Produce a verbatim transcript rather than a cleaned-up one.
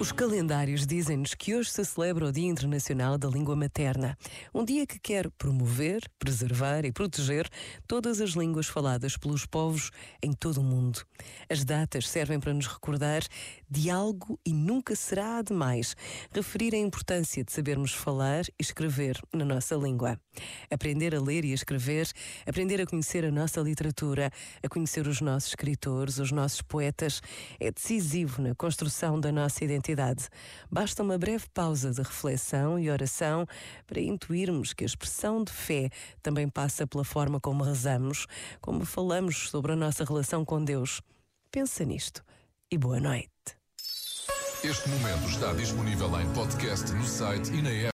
Os calendários dizem-nos que hoje se celebra o Dia Internacional da Língua Materna, um dia que quer promover, preservar e proteger todas as línguas faladas pelos povos em todo o mundo. As datas servem para nos recordar de algo e nunca será demais referir a importância de sabermos falar e escrever na nossa língua. Aprender a ler e a escrever, aprender a conhecer a nossa literatura, a conhecer os nossos escritores, os nossos poetas, é decisivo na construção da nossa identidade. Basta uma breve pausa de reflexão e oração para intuirmos que a expressão de fé também passa pela forma como rezamos, como falamos sobre a nossa relação com Deus. Pensa nisto e boa noite. Este momento está disponível em podcast no site e na app.